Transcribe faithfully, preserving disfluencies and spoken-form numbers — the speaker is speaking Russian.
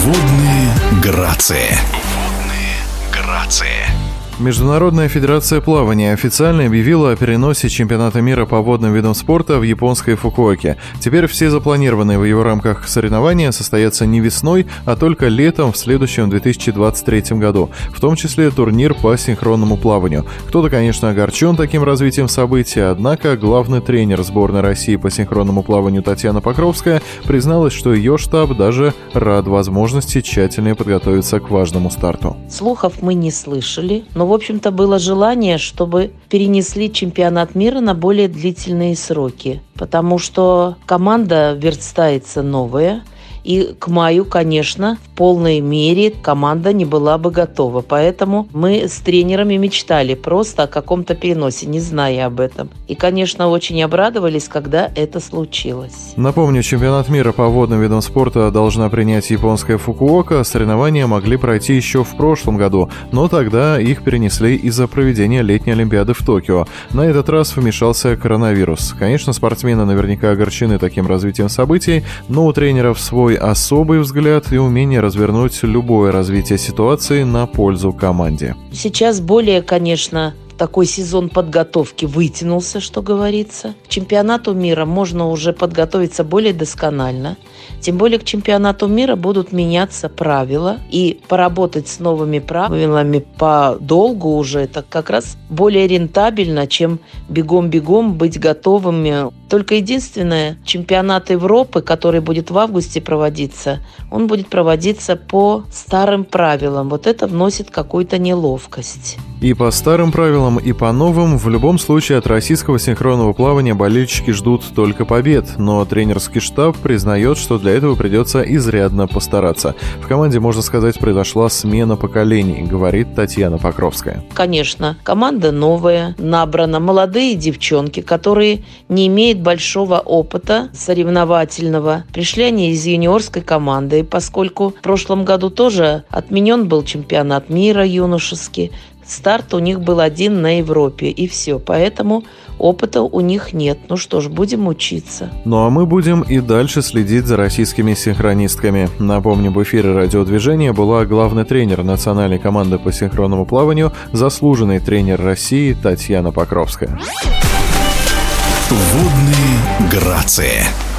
Водные грации. Водные грации. Международная федерация плавания официально объявила о переносе чемпионата мира по водным видам спорта в японской Фукуоке. Теперь все запланированные в его рамках соревнования состоятся не весной, а только летом в следующем две тысячи двадцать третьем году, в том числе турнир по синхронному плаванию. Кто-то, конечно, огорчен таким развитием событий, однако главный тренер сборной России по синхронному плаванию Татьяна Покровская призналась, что ее штаб даже рад возможности тщательнее подготовиться к важному старту. Слухов мы не слышали, но, в общем-то, было желание, чтобы перенесли чемпионат мира на более длительные сроки, потому что команда верстается новая, и к маю, конечно, в полной мере команда не была бы готова. Поэтому мы с тренерами мечтали просто о каком-то переносе, не зная об этом. И, конечно, очень обрадовались, когда это случилось. Напомню, чемпионат мира по водным видам спорта должна принять японская Фукуока. Соревнования могли пройти еще в прошлом году, но тогда их перенесли из-за проведения летней Олимпиады в Токио. На этот раз вмешался коронавирус. Конечно, спортсмены наверняка огорчены таким развитием событий, но у тренеров свой особый взгляд и умение развернуть любое развитие ситуации на пользу команде. Сейчас более, конечно, такой сезон подготовки вытянулся, что говорится. К чемпионату мира можно уже подготовиться более досконально. Тем более к чемпионату мира будут меняться правила. И поработать с новыми правилами подолгу уже это как раз более рентабельно, чем бегом-бегом быть готовыми. Только единственное, чемпионат Европы, который будет в августе проводиться, он будет проводиться по старым правилам. Вот это вносит какую-то неловкость. И по старым правилам, и по новым, в любом случае от российского синхронного плавания болельщики ждут только побед, но тренерский штаб признает, что для этого придется изрядно постараться. В команде, можно сказать, произошла смена поколений, говорит Татьяна Покровская. Конечно, команда новая, набрана молодые девчонки, которые не имеют большого опыта соревновательного. Пришли они из юниорской команды, и поскольку в прошлом году тоже отменен был чемпионат мира юношеский, старт у них был один на Европе, и все. Поэтому опыта у них нет. Ну что ж, будем учиться. Ну а мы будем и дальше следить за российскими синхронистками. Напомню, в эфире радиодвижения была главный тренер национальной команды по синхронному плаванию, заслуженный тренер России Татьяна Покровская. Водные грации.